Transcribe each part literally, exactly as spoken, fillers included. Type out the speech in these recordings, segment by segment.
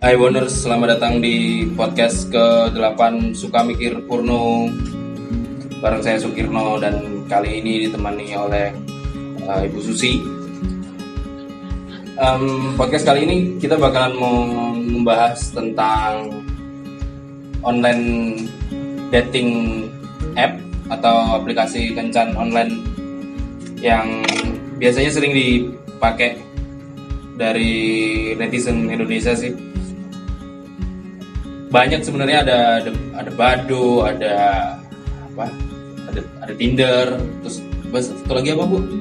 Hai Wonders, selamat datang di podcast ke delapan Suka Mikir Purno. Bareng saya Sukirno dan kali ini ditemani oleh uh, Ibu Susi. um, Podcast kali ini kita bakalan mau membahas tentang online dating app atau aplikasi kencan online yang biasanya sering dipakai dari netizen Indonesia sih. Banyak sebenarnya, ada ada, ada Badoo, ada apa? Ada ada Tinder, terus satu lagi apa, Bu?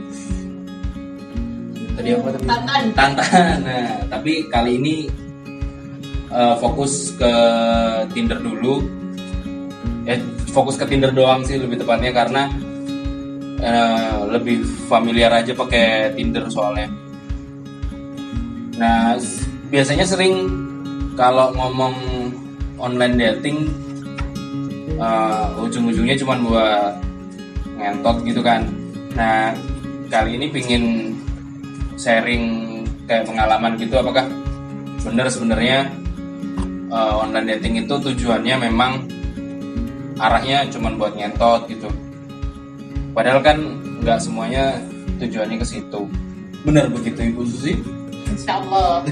Tadi apa tadi? Tantan. Tantan. Nah, tapi kali ini uh, fokus ke Tinder dulu. Eh, fokus ke Tinder doang sih lebih tepatnya, karena uh, lebih familiar aja pakai Tinder soalnya. Nah, biasanya sering kalau ngomong online dating uh, ujung-ujungnya cuma buat ngentot gitu kan. Nah, kali ini pingin sharing kayak pengalaman gitu, apakah benar sebenarnya uh, online dating itu tujuannya memang arahnya cuma buat ngentot gitu. Padahal kan nggak semuanya tujuannya ke situ. Benar begitu Ibu Susi? Insya Allah.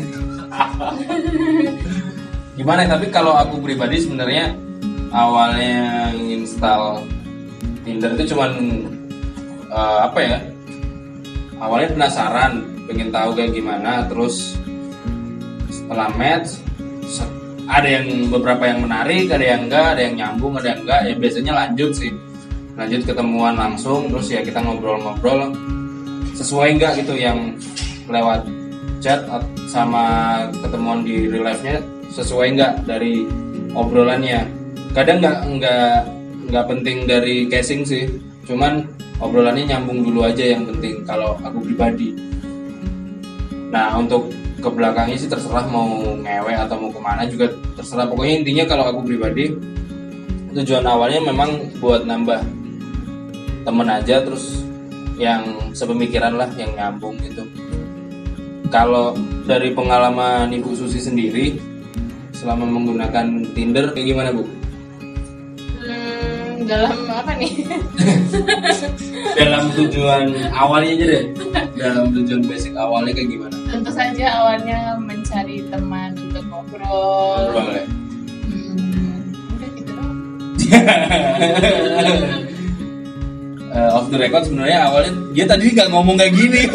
Gimana? Tapi kalau aku pribadi sebenarnya awalnya install Tinder itu cuman uh, apa ya? Awalnya penasaran, pengen tahu kayak gimana. Terus setelah match, ada yang beberapa yang menarik, ada yang enggak, ada yang nyambung, ada yang enggak. Ya biasanya lanjut sih, lanjut ketemuan langsung. Terus ya kita ngobrol-ngobrol sesuai enggak gitu, yang lewat chat sama ketemuan di real life-nya sesuai nggak dari obrolannya. Kadang nggak nggak nggak penting dari casing sih, cuman obrolannya nyambung dulu aja yang penting kalau aku pribadi. Nah, untuk ke belakangnya sih terserah mau ngewe atau mau kemana juga terserah. Pokoknya intinya kalau aku pribadi tujuan awalnya memang buat nambah temen aja, terus yang sepemikiran lah, yang nyambung gitu. Kalau dari pengalaman Ibu Susi sendiri selama menggunakan Tinder kayak gimana, Bu? Hmm, dalam apa nih? Dalam tujuan awalnya aja deh. Dalam tujuan basic awalnya kayak gimana? Tentu saja awalnya mencari teman untuk ngobrol. Ngobrol ya? Hmm, udah gitu dong. uh, Off the record sebenarnya awalnya dia tadi nggak ngomong kayak gini.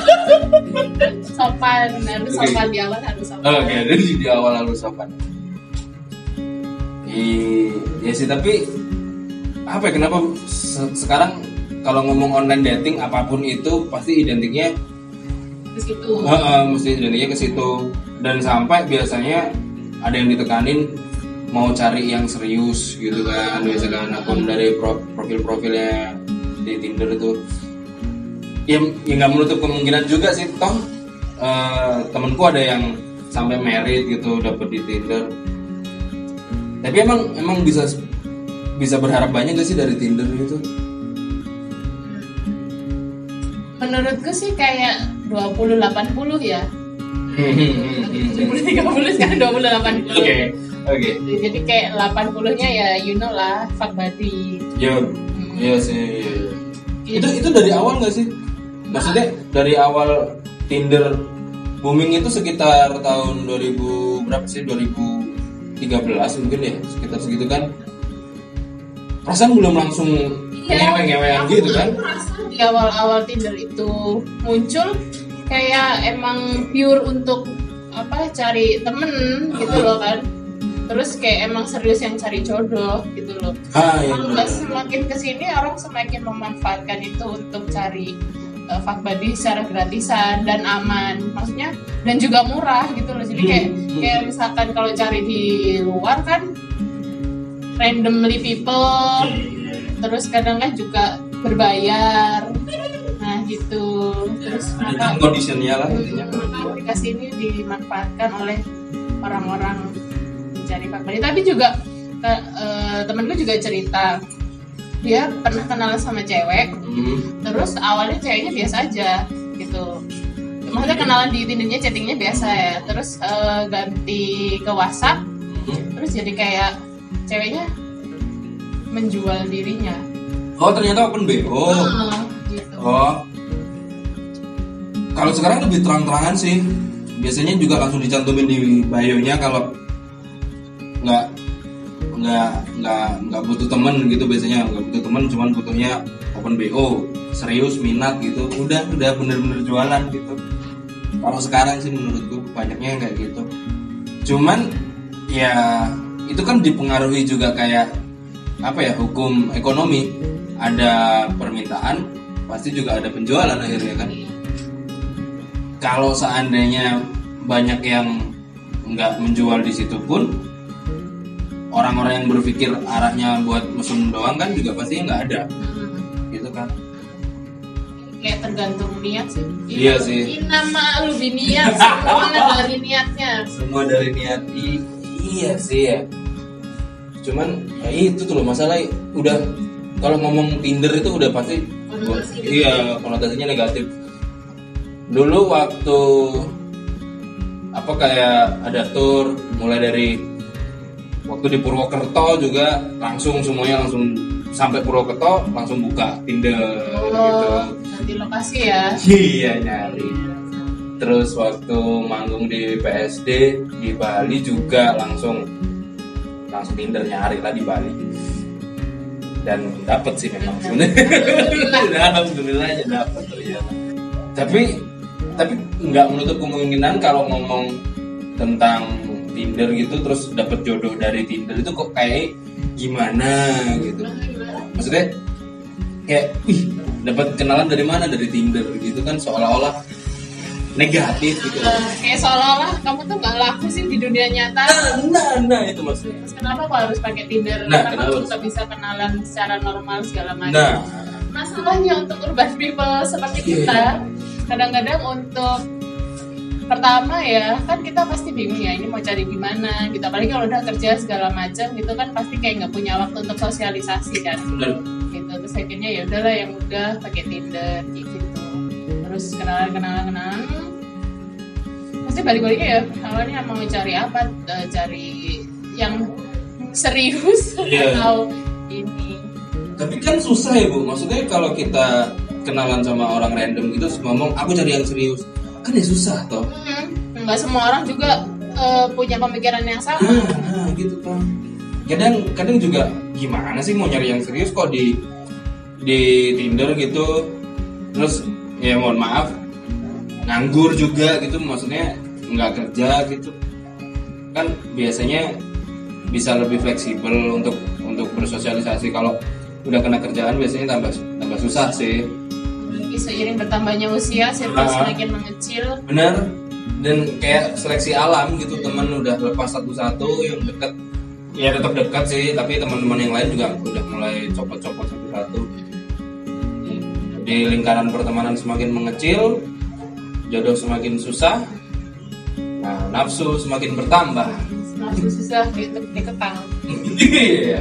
Sopan, harus Okay. sopan di awal, harus sopan. Oke, okay, dari di awal harus sopan. Iya sih, tapi apa ya, kenapa se- sekarang kalau ngomong online dating apapun itu pasti identiknya Terus itu. uh, uh, mesti identiknya ke situ, dan sampai biasanya ada yang ditekanin mau cari yang serius gitu kan. Biasa kan akun dari pro- profil-profilnya di Tinder itu ya ya nggak menutup kemungkinan juga sih, toh uh, temenku ada yang sampai married gitu dapet di Tinder. Tapi emang emang bisa bisa berharap banyak gak sih dari Tinder gitu? Menurutku sih kayak dua puluh delapan puluh ya. tujuh puluh tiga puluh sekarang dua puluh delapan puluh. Oke oke. Jadi kayak delapan puluh-nya ya you know lah, fuck buddy. Ya iya sih. Itu itu dari awal nggak sih? Maksudnya dari awal Tinder booming itu sekitar tahun dua ribu berapa sih? dua ribu tiga belas mungkin ya, sekitar segitu kan. Perasaan belum langsung Iya, ngewe-ngewean aku gitu kan? merasa di awal-awal Tinder itu muncul kayak emang pure untuk apa, cari temen gitu loh kan. Terus kayak emang serius yang cari jodoh gitu loh. Ah, iya, Kalau benar. semakin kesini orang semakin memanfaatkan itu untuk cari uh, fuck buddy secara gratisan dan aman, maksudnya, dan juga murah gitu loh. Jadi kayak Hmm. kayak misalkan kalau cari di luar kan randomly people, terus kadang kan juga berbayar. Nah gitu. Terus Ada maka conditionnya lah intinya. maka aplikasi ini dimanfaatkan oleh orang-orang mencari fuck buddy. Tapi juga ke- eh, temenku juga cerita dia pernah kenalan sama cewek, Hmm. terus awalnya ceweknya biasa aja gitu. Maksudnya kenalan di Tindernya, chattingnya biasa ya, terus uh, ganti ke WhatsApp, hmm. terus jadi kayak ceweknya menjual dirinya. Oh ternyata open B O. Uh, gitu. Oh. Kalau sekarang lebih terang-terangan sih. Biasanya juga langsung dicantumin di bio-nya kalau nggak nggak nggak nggak butuh temen gitu, biasanya nggak butuh temen, cuman butuhnya open B O, serius minat gitu, udah udah bener-bener jualan gitu. Kalau sekarang sih menurutku banyaknya kayak gitu. Cuman ya itu kan dipengaruhi juga kayak apa ya, hukum ekonomi, ada permintaan pasti juga ada penjualan akhirnya kan. Kalau seandainya banyak yang nggak menjual di situ pun, orang-orang yang berpikir arahnya buat mesum doang kan juga pasti nggak ada, hmm. gitu kan. Kayak tergantung niat sih. Iya ini, sih. Ini nama lu biniat, semua dari niatnya. Semua dari niat. I- iya sih ya. Cuman ya itu tuh loh masalah, udah kalau ngomong Tinder itu udah pasti konotasi gitu. Iya, konotasinya negatif. Dulu waktu apa kayak ada tour mulai dari waktu di Purwokerto juga langsung semuanya langsung sampai Purwokerto langsung buka Tinder oh, gitu. Ganti lokasi ya. Iya nyari. Terus waktu manggung di P S D di Bali juga langsung langsung Tinder nyari lah di Bali. Dan dapet sih memang sebenarnya. Alhamdulillah ya dapet ternyata. Tapi tapi nggak menutup kemungkinan kalau ngomong tentang Tinder gitu terus dapet jodoh dari Tinder itu kok kayak gimana gitu. Maksudnya kayak ih dapat kenalan dari mana, dari Tinder gitu kan, seolah-olah negatif gitu. Uh, kayak seolah-olah kamu tuh nggak laku sih di dunia nyata. Nah, nah itu maksudnya. Terus kenapa kok harus pakai Tinder? Nah, kenapa kamu nggak bisa kenalan secara normal segala macam? Nah, masalahnya untuk urban people seperti yeah. kita, kadang-kadang untuk pertama ya kan kita pasti bingung ya ini mau cari di mana gitu, apalagi kalau udah kerja segala macam gitu kan pasti kayak nggak punya waktu untuk sosialisasi kan. Bener. Gitu terus akhirnya ya udahlah yang udah pakai Tinder gitu, terus kenalan kenalan kenalan pasti balik-baliknya ya awalnya mau cari apa, uh, cari yang serius yeah. atau ini. Tapi kan susah ya Bu, maksudnya kalau kita kenalan sama orang random gitu ngomong aku cari yang serius kan ya susah toh. Hmm, nggak semua orang juga uh, punya pemikiran yang sama. Nah, nah gitu kan. Kadang kadang juga gimana sih mau nyari yang serius kok di di Tinder gitu. Terus ya mohon maaf nganggur juga gitu, maksudnya nggak kerja gitu. Kan biasanya bisa lebih fleksibel untuk untuk bersosialisasi. Kalau udah kena kerjaan biasanya tambah tambah susah sih. Seiring bertambahnya usia, circle uh, semakin mengecil. Bener. Dan kayak seleksi alam gitu, teman udah lepas satu-satu, yang dekat ya tetap dekat sih, tapi teman-teman yang lain juga udah mulai copot-copot satu-satu. Di lingkaran pertemanan semakin mengecil, jodoh semakin susah, nah nafsu semakin bertambah. Nafsu susah gitu dikekang. Iya.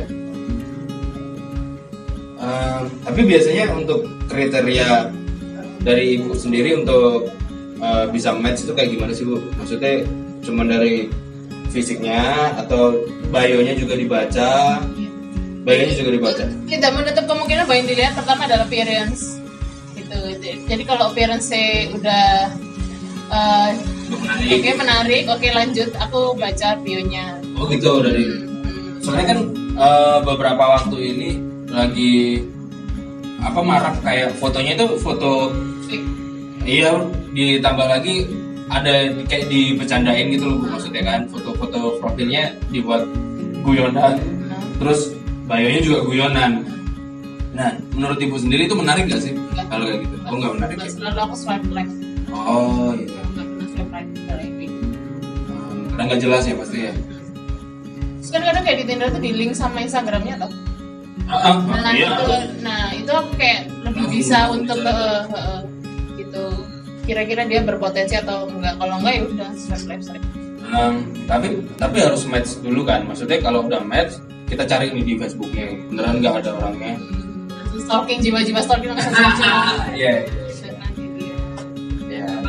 uh, tapi biasanya untuk kriteria dari ibu sendiri untuk uh, bisa match itu kayak gimana sih Bu? Maksudnya cuma dari fisiknya atau bio-nya juga dibaca? Bio-nya juga dibaca? Tidak menutup kemungkinan bahwa yang dilihat pertama adalah appearance gitu. Jadi kalau appearance-nya udah uh, oke okay, menarik, oke okay, lanjut aku baca bio-nya. Oh gitu dari. Hmm. Soalnya kan uh, beberapa waktu ini lagi apa marak kayak fotonya itu foto. Iya, ditambah lagi ada kayak dibecandain gitu loh Bu, maksudnya kan foto-foto profilnya dibuat guyonan, terus bio-nya juga guyonan. Nah, menurut Ibu sendiri itu menarik nggak sih kalau kayak gitu? Oh nggak menarik. Nggak selalu aku swipe left. Oh iya. Nggak pernah swipe right kayak gitu. Hmm, karena nggak jelas ya pasti ya. Terus kadang-kadang kayak di Tinder tuh di link sama Instagramnya toh. Ah, nah, iya. itu, nah itu aku kayak lebih Nah, bisa bisa. untuk uh, uh, gitu. Kira-kira dia berpotensi atau enggak? Kalau enggak ya udah swipe left swipe. Um, tapi tapi harus match dulu kan. Maksudnya kalau udah match kita cari ini di Facebooknya beneran nggak ada orangnya. Stalking, jiwa-jiwa stalking langsung muncul. Iya. Gitu ya. Ya. Kalau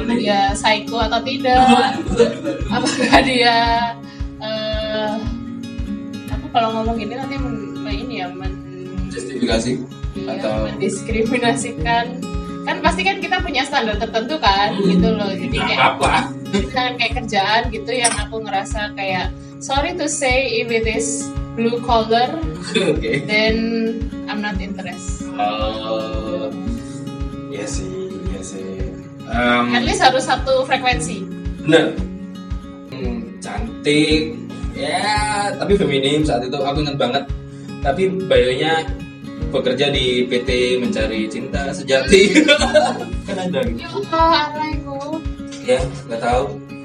nih? dia psycho atau tidak, apakah dia uh, apa kalau ngomong gini nanti men, ini ya men, justifikasi iya, atau mendiskriminasikan. Kan pasti kan kita punya standar tertentu kan, hmm. gitu loh. Jadi kayak apa? Misalkan kayak kerjaan gitu yang aku ngerasa kayak sorry to say if it is blue collar, okay. then I'm not interested. Uh, ya sih, ya sih. Um, At least harus satu frekuensi. Bener. Hmm, cantik, ya. Tapi feminim saat itu aku ingat banget. Tapi bio-nya bekerja di P T Mencari Cinta Sejati. Kan ada gitu. Ya Allah, apa itu? Ya, nggak tahu.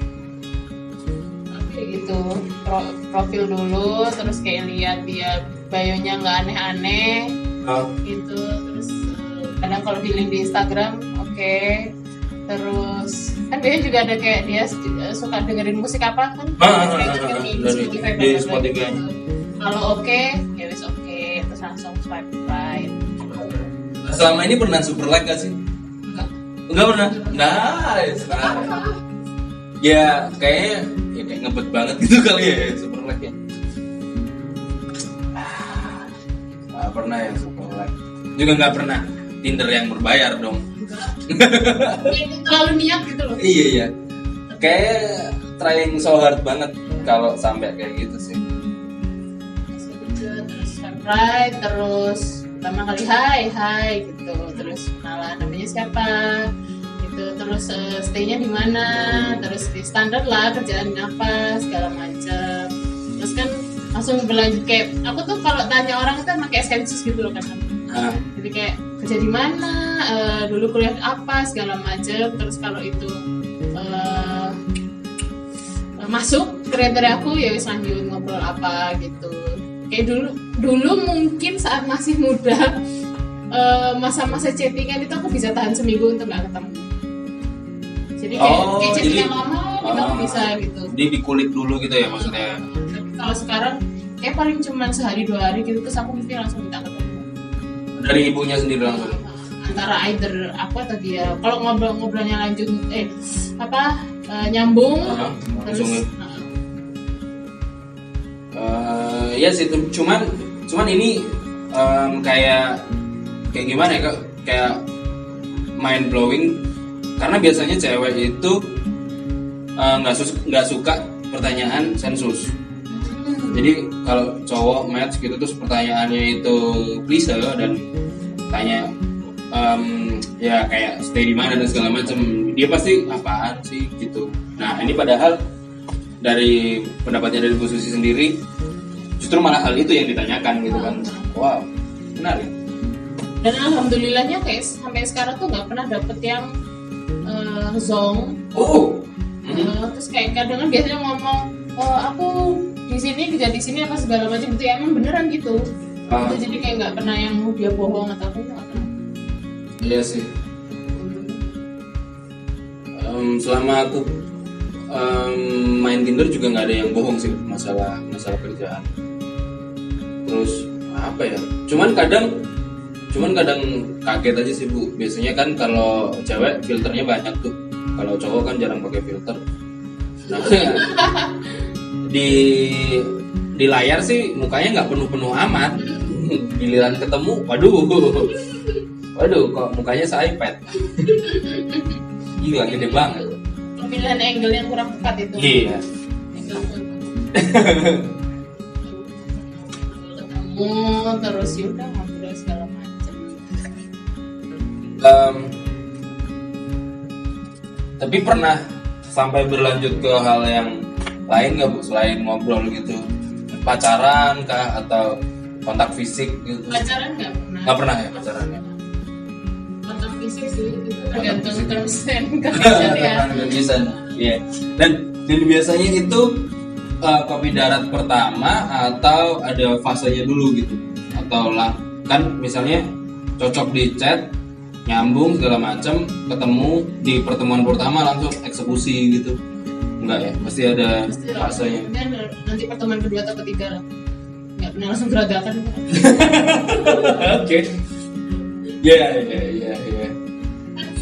Oke gitu, Pro, profil dulu, terus kayak lihat dia bio-nya nggak aneh-aneh, Oh. gitu. Terus uh, kadang kalau di link di Instagram, oke. Okay. Terus kan dia juga ada kayak dia uh, suka dengerin musik apa kan? Ah, Kayak ah, gitu ah, di ah, Spotify, di Spotify. gitu. Kalau oke, ya wis oke, terus langsung swipe right. Selama ini pernah super like gak sih? Enggak. Enggak pernah. Nice. Ya kayaknya ya kayak ngebet banget gitu kali ya super like ya. Nggak pernah ya super like. Juga nggak pernah Tinder yang berbayar dong. Ini terlalu niat gitu loh. Iya iya. Kayak trying so hard banget kalau sampai kayak gitu sih. Terus swipe right, terus pertama kali hai hai gitu, terus kenalan namanya siapa gitu, terus uh, stay-nya di mana, terus di standar lah kerjaan apa segala macam. Terus kan langsung berlanjut kayak aku tuh kalau tanya orang itu emang kayak sensus gitu loh kan. Ah. Jadi kayak kerja di mana, uh, dulu kuliah apa segala macam. Terus kalau itu uh, masuk kriteria aku ya wis lanjut ngobrol apa gitu. Kayak dulu dulu mungkin saat masih muda, uh, masa-masa chattingan itu aku bisa tahan seminggu untuk nggak ketemu. Jadi kayak, Oh, kayak chattingan jadi- lama kita oh. bisa gitu. Jadi dikulik dulu gitu ya maksudnya. Tapi kalau sekarang kayak paling cuma sehari dua hari gitu terus aku mesti langsung minta ketemu. Dari ibunya sendiri langsung. Antara either aku atau dia. Kalau ngobrol-ngobrolnya lanjut eh apa uh, nyambung Ah, terus langsung. uh, Uh, ya sih, cuman cuman ini um, kayak kayak gimana ya kak? Kayak mind blowing karena biasanya cewek itu nggak uh, sus nggak suka pertanyaan sensus. Jadi kalau cowok match gitu terus pertanyaannya itu klise dan tanya um, ya kayak stay di mana dan segala macam, dia pasti apaan sih gitu. Nah ini padahal dari pendapatnya dari Bu Susi sendiri justru malah hal itu yang ditanyakan gitu kan. Wow, menarik. dan alhamdulillahnya kayak sampai sekarang tuh nggak pernah dapet yang uh, zong. Oh, Uh, terus kayak kadang kan biasanya ngomong oh, aku di sini kerja di sini apa segala macam itu ya, emang beneran gitu. Ah. Itu jadi kayak nggak pernah yang dia bohong atau apa, itu nggak pernah. Iya sih. Um, selama aku um, main Tinder juga nggak ada yang bohong sih masalah masalah kerjaan. Terus apa ya? Cuman kadang cuman kadang kaget aja sih Bu. Biasanya kan kalau cewek filternya banyak tuh. Kalau cowok kan jarang pakai filter. Nah, di di layar sih mukanya nggak penuh-penuh amat. Giliran ketemu, waduh, waduh, kok mukanya se-iPad. Gila, gede banget. Pemilihan angle yang kurang tepat itu. Iya. Angle ketemu terus yaudah ngobrol segala macam. Um, tapi pernah sampai berlanjut ke hal yang lain nggak Bu selain ngobrol gitu, pacaran kah atau kontak fisik gitu? Pacaran nggak pernah. Nggak pernah ya pacarannya? Kontak fisik sih itu tergantung terms and condition ya. Condition, iya. Dan dan biasanya itu uh, kopi darat pertama atau ada fasenya dulu gitu, atau lah kan misalnya cocok di chat, nyambung segala macam, ketemu di pertemuan pertama langsung eksekusi gitu. Enggak ya, pasti ada Pasti lah. fasenya. Kemudian nanti pertemuan kedua atau ketiga lah. Nggak pernah langsung geragakan. Oke. Ya ya ya ya.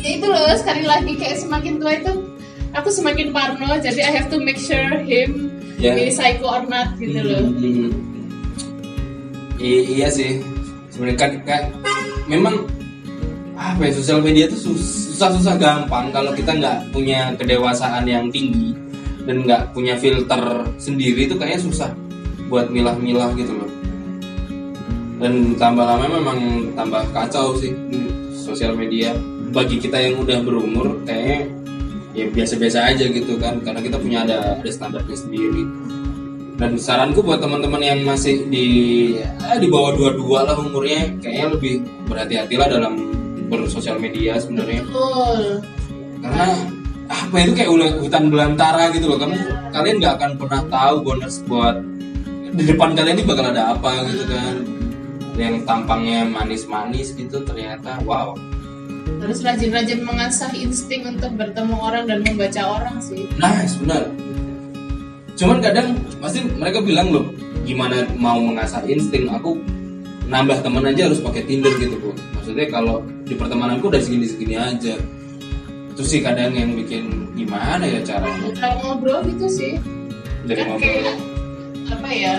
Ya itu loh, sekali lagi kayak semakin tua itu aku semakin parno, jadi I have to make sure him yeah. be psycho or not gitu loh. Hmm. I- iya sih, sebenarnya kan, kan memang apa ya, sosial media itu susah-susah gampang kalau kita nggak punya kedewasaan yang tinggi dan nggak punya filter sendiri, itu kayaknya susah buat milah-milah gitu loh. Dan tambah lama memang tambah kacau sih sosial media. Bagi kita yang udah berumur kayaknya ya biasa-biasa aja gitu kan, karena kita punya ada ada standarnya sendiri. Dan saranku buat teman-teman yang masih di eh, di bawah dua puluh dua lah umurnya, kayaknya lebih berhati-hatilah dalam bersosial media sebenarnya. Betul. Karena apa itu kayak udah hutan belantara gitu loh. Kamu kalian nggak akan pernah tahu bonus buat di depan kalian ini bakal ada apa gitu kan. Yang tampangnya manis-manis gitu ternyata wow. Harus rajin-rajin mengasah insting untuk bertemu orang dan membaca orang sih. Nice, benar. Cuman kadang pasti mereka bilang loh, gimana mau mengasah insting? Aku nambah teman aja harus pakai Tinder gitu bu. Maksudnya kalau di pertemananku udah segini-segini aja. Itu sih kadang yang bikin gimana ya caranya. Kalau ngobrol gitu sih. Dari Kan ngobrol. kayak apa ya?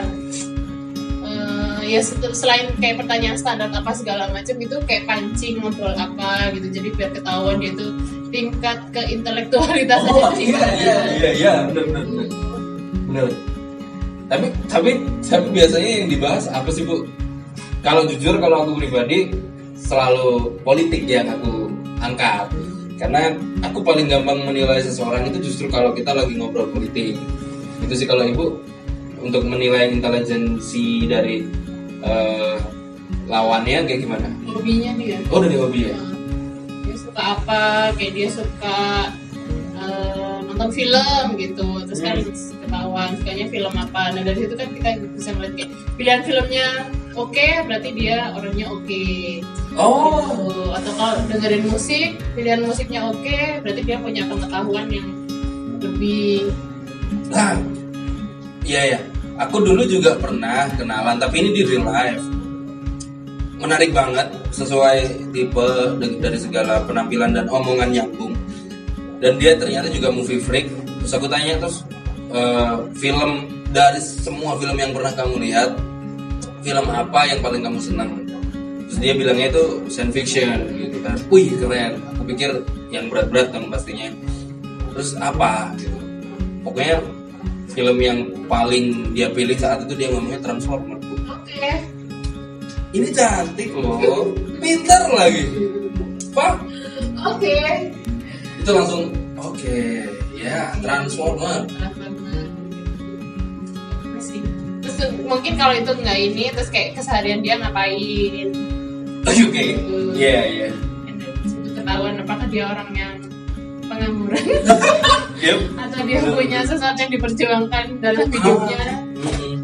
Ya selain kayak pertanyaan standar apa segala macam itu kayak pancing ngobrol apa gitu, jadi biar ketahuan dia tuh tingkat keintelektualitas Oh aja iya iya iya iya benar benar benar benar. Tapi tapi tapi biasanya yang dibahas apa sih bu? Kalau jujur kalau aku pribadi selalu politik yang aku angkat, karena aku paling gampang menilai seseorang itu justru kalau kita lagi ngobrol politik. Itu sih kalau ibu untuk menilai intelijensi dari Uh, lawannya kayak gimana? Hobinya dia. Oh dari hobi ya? Dia suka apa? Kayak dia suka uh, nonton film gitu. Terus kan hmm. ketahuan sukanya film apa. Nah dari situ kan kita bisa melihat kayak pilihan filmnya oke, okay, berarti dia orangnya oke. Okay. Oh. Gitu. Atau kalau dengerin musik, pilihan musiknya oke, okay, berarti dia punya pengetahuan yang lebih. Nah, iya ya. Aku dulu juga pernah kenalan, tapi ini di real life. Menarik banget, sesuai tipe dari segala penampilan dan omongan nyambung. Dan dia ternyata juga movie freak. Terus aku tanya terus uh, film dari semua film yang pernah kamu lihat, film apa yang paling kamu senang? Terus dia bilangnya itu science fiction gitu kan. Wih keren. Aku pikir yang berat-berat kan pastinya. Terus apa? Gitu. Pokoknya film yang paling dia pilih saat itu dia ngomongnya Transformer. Oke. Okay. Ini cantik loh, pintar lagi, Pak. Oke. Okay. Itu langsung oke, okay, ya Transformer. Transformer. Masih. Terus mungkin kalau itu nggak ini, terus kayak keseharian dia ngapain? Oke, okay. Iya iya. Itu ketahuan apakah dia orang yang pengangguran yep. atau dia yep. punya sesuatu yang diperjuangkan dalam hidupnya. Hmm.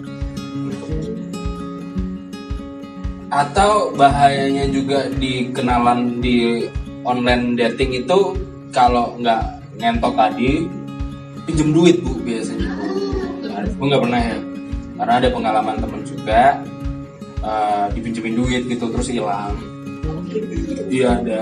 Atau bahayanya juga di kenalan di online dating itu kalau nggak ngentot tadi pinjem duit bu biasanya bu. Aku nggak pernah ya, karena ada pengalaman temen juga uh, dipinjemin duit gitu terus hilang. Iya ada.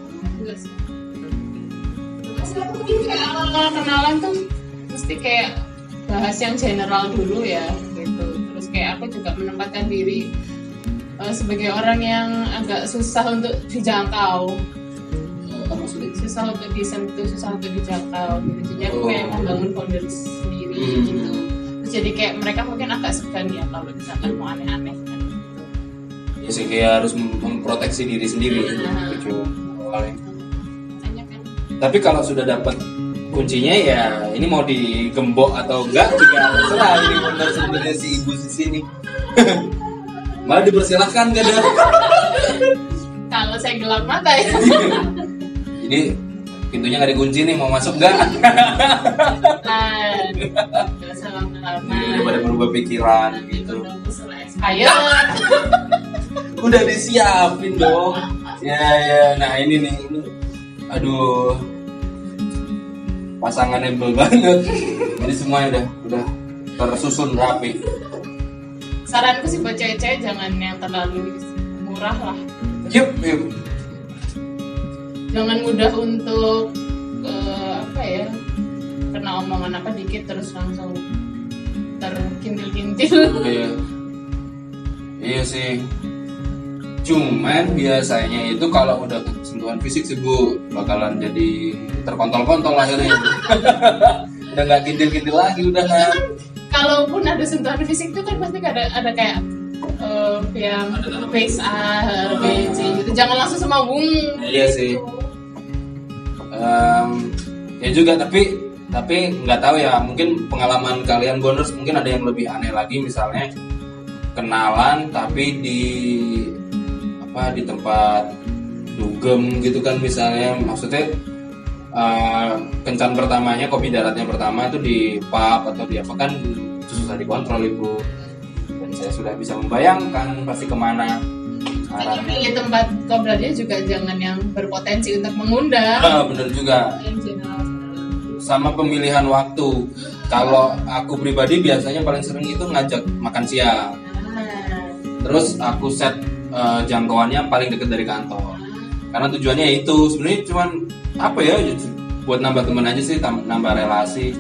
Mungkin kayak awal-awal kenalan tuh mesti kayak bahas yang general dulu ya gitu. Terus kayak aku juga menempatkan diri uh, sebagai orang yang agak susah untuk dijangkau, susah untuk disentuh, susah untuk dijangkau gitu. Jadi aku kayak membangun boundaries sendiri hmm. gitu. Terus jadi kayak mereka mungkin agak segan ya kalau misalkan mau aneh-aneh kan gitu. Ya sih kayak harus memproteksi diri sendiri nah. Gitu awalnya. Tapi kalau sudah dapat kuncinya ya ini mau digembok atau enggak juga terserah ini benar sebenarnya si ibu di sini. Malah dipersilahkan gak ada. Kalau saya gelap mata ya. Jadi pintunya nggak dikunci nih mau masuk nggak? Nggak salah lama. Udah pada berubah pikiran gitu. Ayo. Udah disiapin dong. Ya ya. Nah ini nih ini. Aduh, pasangannya bel banget. Jadi semuanya udah udah tersusun rapi. Saranku sih buat cewek-cewek jangan yang terlalu murah lah. Yup, yup. Jangan mudah untuk uh, apa ya, kena omongan apa dikit terus langsung terkintil-kintil. Iya, iya sih. Cuman biasanya itu kalau udah sentuhan fisik sih Bu, bakalan jadi terkontol-kontol akhirnya. Udah nggak kintil-kintil lagi, udah kan. Kalaupun ada sentuhan fisik itu kan pasti ada ada kayak uh, yang face A, B, C gitu. Jangan langsung semua bung. Iya sih. Um, ya juga tapi tapi nggak tahu ya, mungkin pengalaman kalian bonus mungkin ada yang lebih aneh lagi, misalnya kenalan tapi di apa di tempat dugem gitu kan, misalnya maksudnya uh, kencan pertamanya, kopi daratnya pertama itu di pub atau di apa kan susah dikontrol Ibu, dan saya sudah bisa membayangkan pasti kemana arahnya. Pilih tempat kobralnya juga jangan yang berpotensi untuk mengundang. Ah, bener juga. Sama pemilihan waktu. Kalau aku pribadi biasanya paling sering itu ngajak makan siang. Terus aku set uh, jangkauannya paling dekat dari kantor. Karena tujuannya itu sebenarnya cuman apa ya, buat nambah teman aja sih, nambah relasi.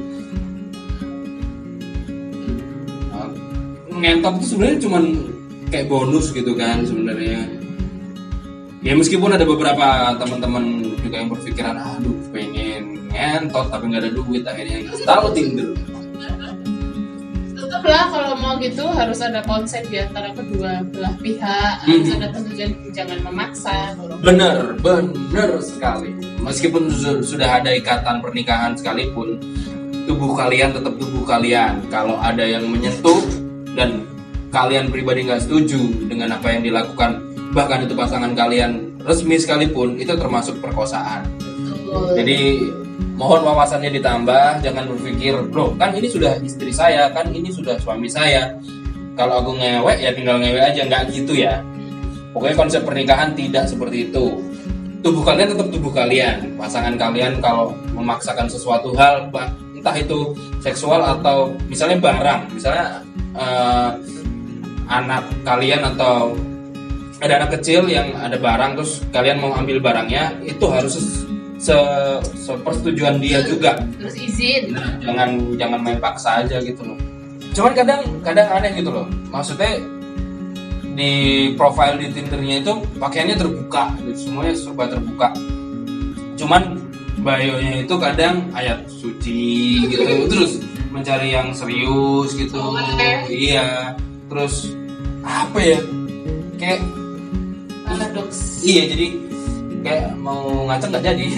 Uh, ngentot itu sebenarnya cuman kayak bonus gitu kan sebenarnya. Ya meskipun ada beberapa teman-teman juga yang berpikiran, aduh pengen ngentot tapi nggak ada duit, akhirnya install Tinder. Tetaplah kalau mau gitu harus ada konsep di antara kedua belah pihak, harus Hmm. ada persetujuan, jangan memaksa. Bener, bener sekali. Meskipun su- sudah ada ikatan pernikahan sekalipun, tubuh kalian tetap tubuh kalian. Kalau ada yang menyentuh dan kalian pribadi nggak setuju dengan apa yang dilakukan, bahkan itu pasangan kalian resmi sekalipun, itu termasuk perkosaan. Betul. Jadi mohon wawasannya ditambah, jangan berpikir, loh kan ini sudah istri saya, kan ini sudah suami saya, kalau aku ngewek ya tinggal ngewek aja, nggak gitu ya. Pokoknya konsep pernikahan tidak seperti itu. Tubuh kalian tetap tubuh kalian. Pasangan kalian kalau memaksakan sesuatu hal, entah itu seksual atau misalnya barang, misalnya eh, anak kalian atau ada anak kecil yang ada barang terus kalian mau ambil barangnya, itu harus se sepersetujuan dia juga. Terus izin. Nah, jangan jangan main paksa aja gitu loh. Cuman kadang kadang aneh gitu loh. Maksudnya di profile di Tindernya itu pakaiannya terbuka, gitu, semuanya serba terbuka. Cuman bio-nya itu kadang ayat suci gitu, terus mencari yang serius gitu. Oke. Iya. Terus apa ya? Kayak Paradoks. iya, jadi kayak mau ngacak nggak jadi.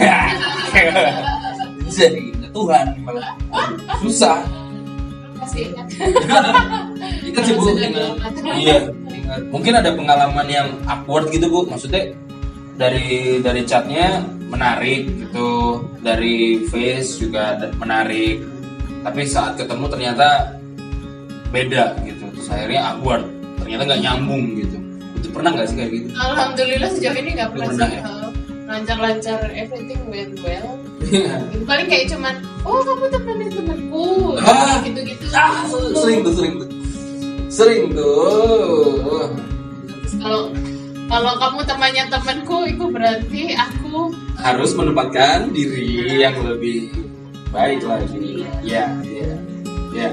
Jadi Tuhan malah susah. Masih ingat. Ingat sih Bu, ingat. Iya, ingat. Mungkin ada pengalaman yang awkward gitu Bu. Maksudnya dari dari chatnya menarik gitu, dari face juga menarik. Tapi saat ketemu ternyata beda gitu. Terus akhirnya awkward. Ternyata nggak nyambung gitu. Itu pernah nggak sih kayak gitu? Alhamdulillah sejauh ini nggak pernah Pernah sih. ya? uh, lancar-lancar, everything went well. Iya. Paling kayak cuman, oh kamu temenin temanku, Ah. gitu-gitu. Ah, sering tuh, sering tuh. Sering tuh. Terus kalau kalau kamu temannya temanku, itu berarti aku Harus menempatkan diri yang lebih baik lagi. Ya, ya, ya.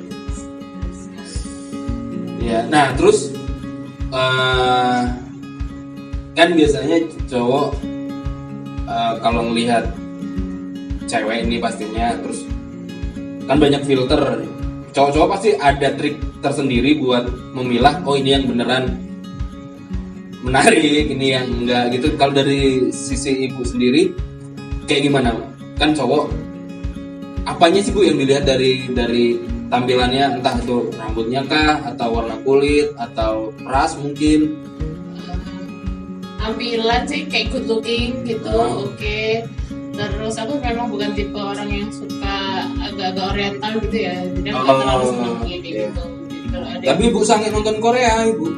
Ya, nah terus eh, kan biasanya cowok eh, kalau ngelihat cewek ini pastinya, terus kan banyak filter. Cowok-cowok pasti ada trik tersendiri buat memilah, oh ini yang beneran menarik, ini yang enggak gitu. Kalau dari sisi ibu sendiri kayak gimana? Kan cowok apanya sih Bu yang dilihat dari dari tampilannya, entah itu rambutnya kah, atau warna kulit, atau ras mungkin? tampilan sih kayak good looking gitu, Oh. oke. Terus aku memang bukan tipe orang yang suka agak-agak oriental gitu ya, jadi aku nggak Oh, terlalu seneng kayak iya. gitu. Jadi kalau ada Tapi ibu sangat nonton Korea ibu.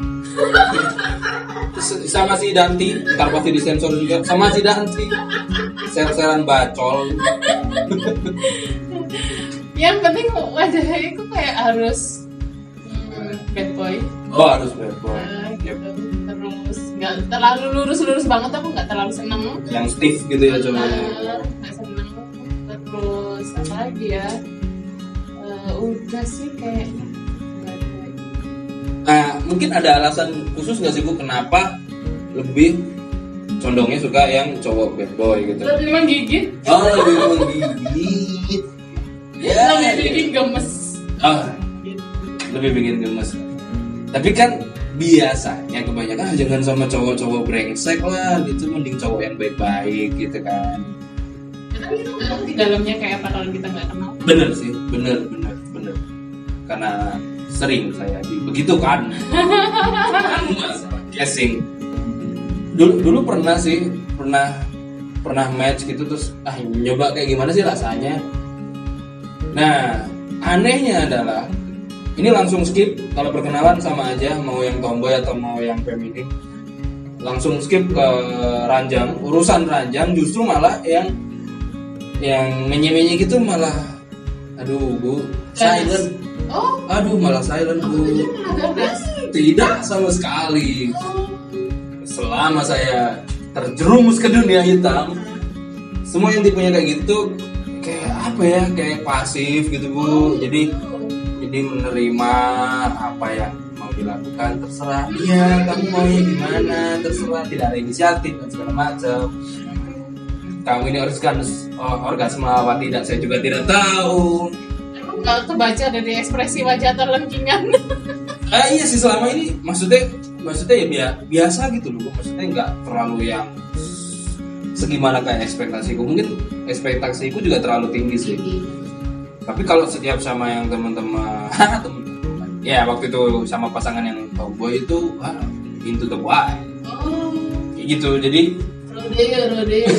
S- sama si Danti, ntar pasti disensor juga. Sama si Danti, ser-seran bacol. yang penting wajahnya itu kayak harus hmm, bad boy. Oh harus bad boy. Nah, Yep. gitu. Terus nggak terlalu lurus-lurus banget, aku nggak terlalu seneng. Yang stiff gitu ya cuma. Nggak seneng. Terus apa lagi ya? Uh, udah sih kayaknya. Nah, mungkin ada alasan khusus nggak sih Bu kenapa lebih condongnya suka yang cowok bad boy gitu? Lebih menggigit. Oh, lebih menggigit. Ya. Lebih bikin gemes. Oh, lebih bikin gemes. Tapi kan biasanya kebanyakan jangan sama cowok-cowok brengsek lah gitu, mending cowok yang baik-baik gitu kan. Kita kita nggak ngerti dalamnya kayak apa kalau kita nggak kenal. Bener sih, bener bener bener. Karena sering saya begitu kan. Casing. Dulu dulu pernah sih, pernah pernah match gitu terus ah nyoba kayak gimana sih rasanya. Nah, anehnya adalah ini langsung skip kalau perkenalan sama aja mau yang tomboy atau mau yang feminin. Langsung skip ke ranjang, urusan ranjang justru malah yang yang menye-menye gitu malah aduh Bu, silent. Oh, Aduh malah silent Bu. Tidak sama sekali. Selama saya terjerumus ke dunia hitam, semua yang tipenya kayak gitu kayak apa ya, kayak pasif gitu Bu. Jadi jadi menerima apa yang mau dilakukan terserah dia, kamu maunya gimana terserah, tidak ada inisiatif dan segala macam. Kamu ini orgasme oh, orgasme apa tidak saya juga tidak tahu. emang nggak kebaca dari ekspresi wajah terlengkingan. Ah iya sih selama ini maksudnya maksudnya ya bia, biasa gitu loh, maksudnya nggak terlalu yang segimana kayak ekspektasiku. Mungkin ekspektasiku juga terlalu tinggi sih. Tapi kalau setiap sama yang teman-teman, teman-teman, ya waktu itu sama pasangan yang tomboy itu, wah, into the wild. Oh, Kayak gitu, jadi rodeo, rodeo.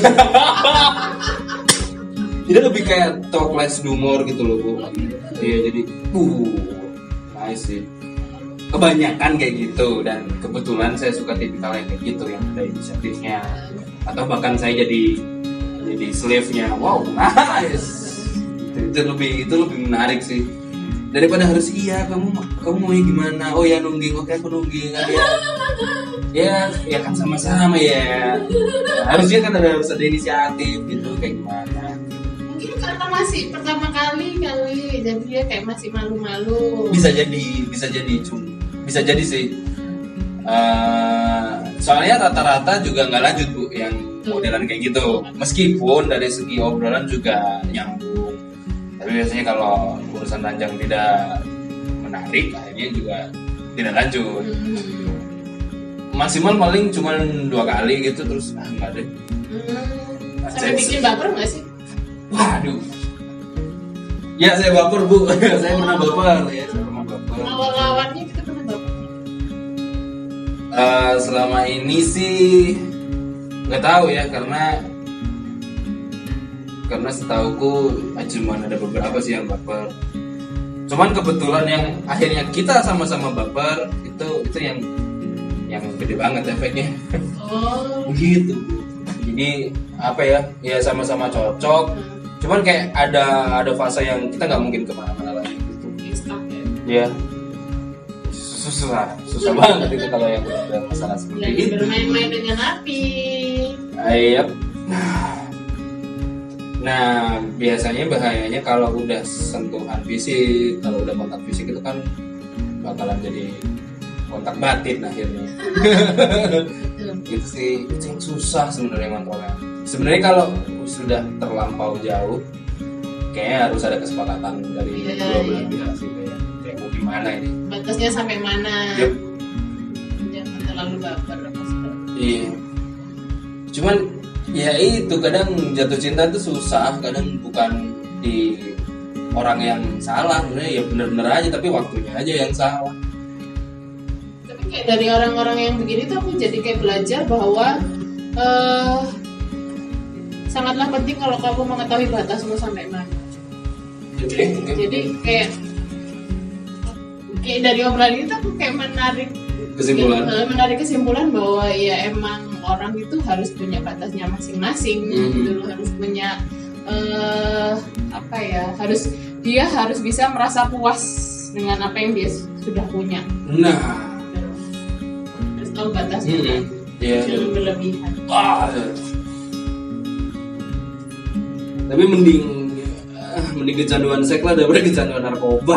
jadi lebih kayak talk less humor gitu loh Bu. Iya jadi, uh, nice sih. Kebanyakan kayak gitu dan kebetulan saya suka tipikal yang kayak gitu yang ada inisiatifnya atau bahkan saya jadi jadi slave-nya. Wow, nice. Itu lebih itu lebih menarik sih daripada harus iya kamu kamu mau gimana, oh ya nungging, oke aku nungging ya ya ya kan sama-sama ya, harusnya kan ada harus ada inisiatif gitu kayak gimana. Mungkin karena masih pertama kali kali jadi dia kayak masih malu-malu. Bisa jadi bisa jadi cum bisa jadi sih. Uh, soalnya rata-rata juga nggak lanjut Bu yang modelan kayak gitu, meskipun dari segi obrolan juga nyambung. Tapi biasanya kalau urusan ranjang tidak menarik, akhirnya juga tidak lanjut. Hmm. Maksimal paling cuma dua kali gitu, terus ah nggak deh. Hmm. Sampai bikin baper nggak sih? Waduh. Ya saya baper Bu, saya pernah baper ya, saya pernah baper. Lawan-lawannya kita pernah baper. Uh, selama ini sih nggak tahu ya karena karena setauku cuma ada beberapa sih yang baper. Cuman kebetulan yang akhirnya kita sama-sama baper itu itu yang yang gede banget efeknya. Oh. Begitu. Jadi apa ya? Ya sama-sama cocok. Cuman kayak ada ada fase yang kita nggak mungkin kemana-mana lagi gitu. Stuck ya. Iya. Susah, susah banget itu kalau yang udah masalah seperti Lagi itu. bermain-main dengan api. Ayap. Nah, biasanya bahayanya kalau udah sentuhan fisik, kalau udah kontak fisik itu kan bakalan jadi kontak batin akhirnya. Itu sih itu yang susah sebenarnya kontrolnya. Sebenarnya kalau sudah terlampau jauh, kayaknya harus ada kesepakatan dari Iya, dua belah iya. pihak sih kayak kayak mau gimana ini. Batasnya sampai mana? Yup. Jangan terlalu baper. Iya. Cuman ya itu kadang jatuh cinta itu susah, kadang bukan di orang yang salah, sebenarnya ya bener-bener aja tapi waktunya aja yang salah. Tapi kayak dari orang-orang yang begini tuh aku jadi kayak belajar bahwa eh, sangatlah penting kalau kamu mengetahui batasmu sampai mana. Jadi, Jadi kayak kayak dari obrolan itu aku kayak menarik kesimpulan. eh, menarik kesimpulan bahwa ya emang orang itu harus punya batasnya masing-masing, Mhm. gitu loh, harus punya eh, apa ya, harus dia harus bisa merasa puas dengan apa yang dia sudah punya. Nah, Harus tahu batasnya. Mhm. Iya. Jangan berlebihan. Wah. Tapi mending ah, mending kecanduan seks lah daripada kecanduan narkoba.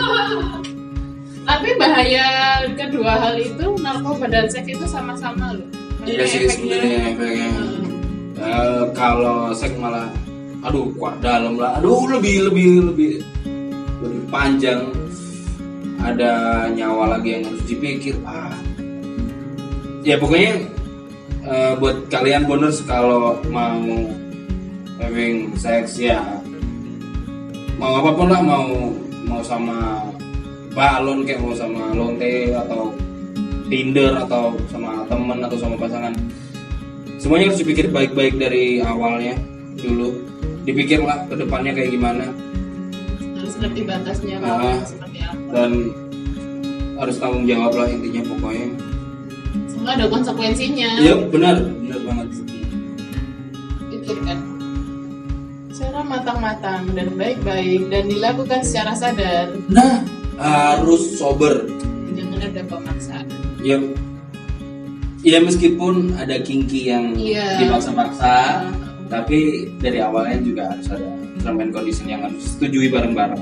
Tapi bahaya kedua hal itu, narkoba dan seks itu sama-sama loh. Iya sih sebenarnya efeknya. Uh, kalau seks malah, aduh kuat dalam lah, aduh lebih lebih lebih lebih panjang. Ada nyawa lagi yang harus dipikir. Ah. Ya pokoknya uh, buat kalian boners kalau mau having sex ya mau apapun lah, mau mau sama balon kayak mau sama lonte atau Tinder atau sama temen atau sama pasangan, semuanya harus dipikir baik-baik dari awalnya dulu, dipikirlah ke depannya kayak gimana, harus ngerti batasnya uh, seperti apa, dan harus tanggung jawab lah intinya pokoknya. Semua ada konsekuensinya. Iya benar benar banget. Pikirkan secara matang-matang dan baik-baik dan dilakukan secara sadar. Nah harus sober. Jangan ada pemaksaan. Ya, ya meskipun ada kinky yang Iya. dipaksa-paksa, tapi dari awalnya juga harus ada term and condition yang harus disetujui bareng-bareng.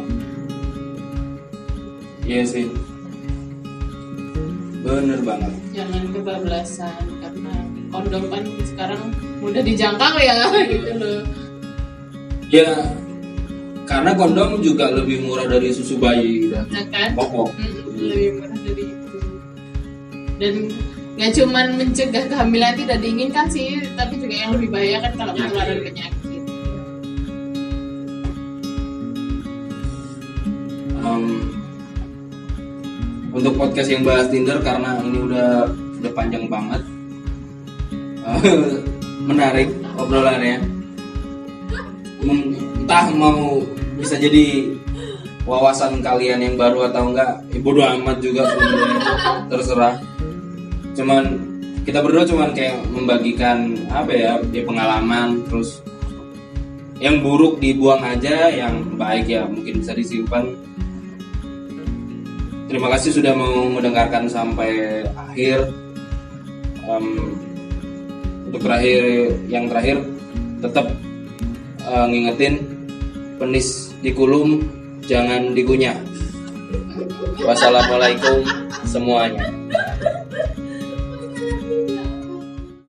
Iya sih, bener banget. Jangan kebablasan karena kondom kan sekarang mudah dijangkau ya gitu loh. Ya, karena kondom juga lebih murah dari susu bayi dan Nah kan? popok. Mm, lebih murah dari itu. Dan nggak cuman mencegah kehamilan tidak diinginkan sih, tapi juga yang lebih bahaya kan kalau Penyakit. penularan penyakit. Um, untuk podcast yang bahas Tinder karena ini udah udah panjang banget, menarik obrolannya. Entah mau bisa jadi wawasan kalian yang baru atau enggak, ya bodo amat juga sebenarnya, terserah. Cuman kita berdua cuman kayak membagikan apa ya, ya pengalaman, terus yang buruk dibuang aja, yang baik ya mungkin bisa disimpan. Terima kasih sudah mau mendengarkan sampai akhir. Um, untuk terakhir, yang terakhir tetap uh, ngingetin penis dikulum jangan dikunyah. Wassalamualaikum semuanya.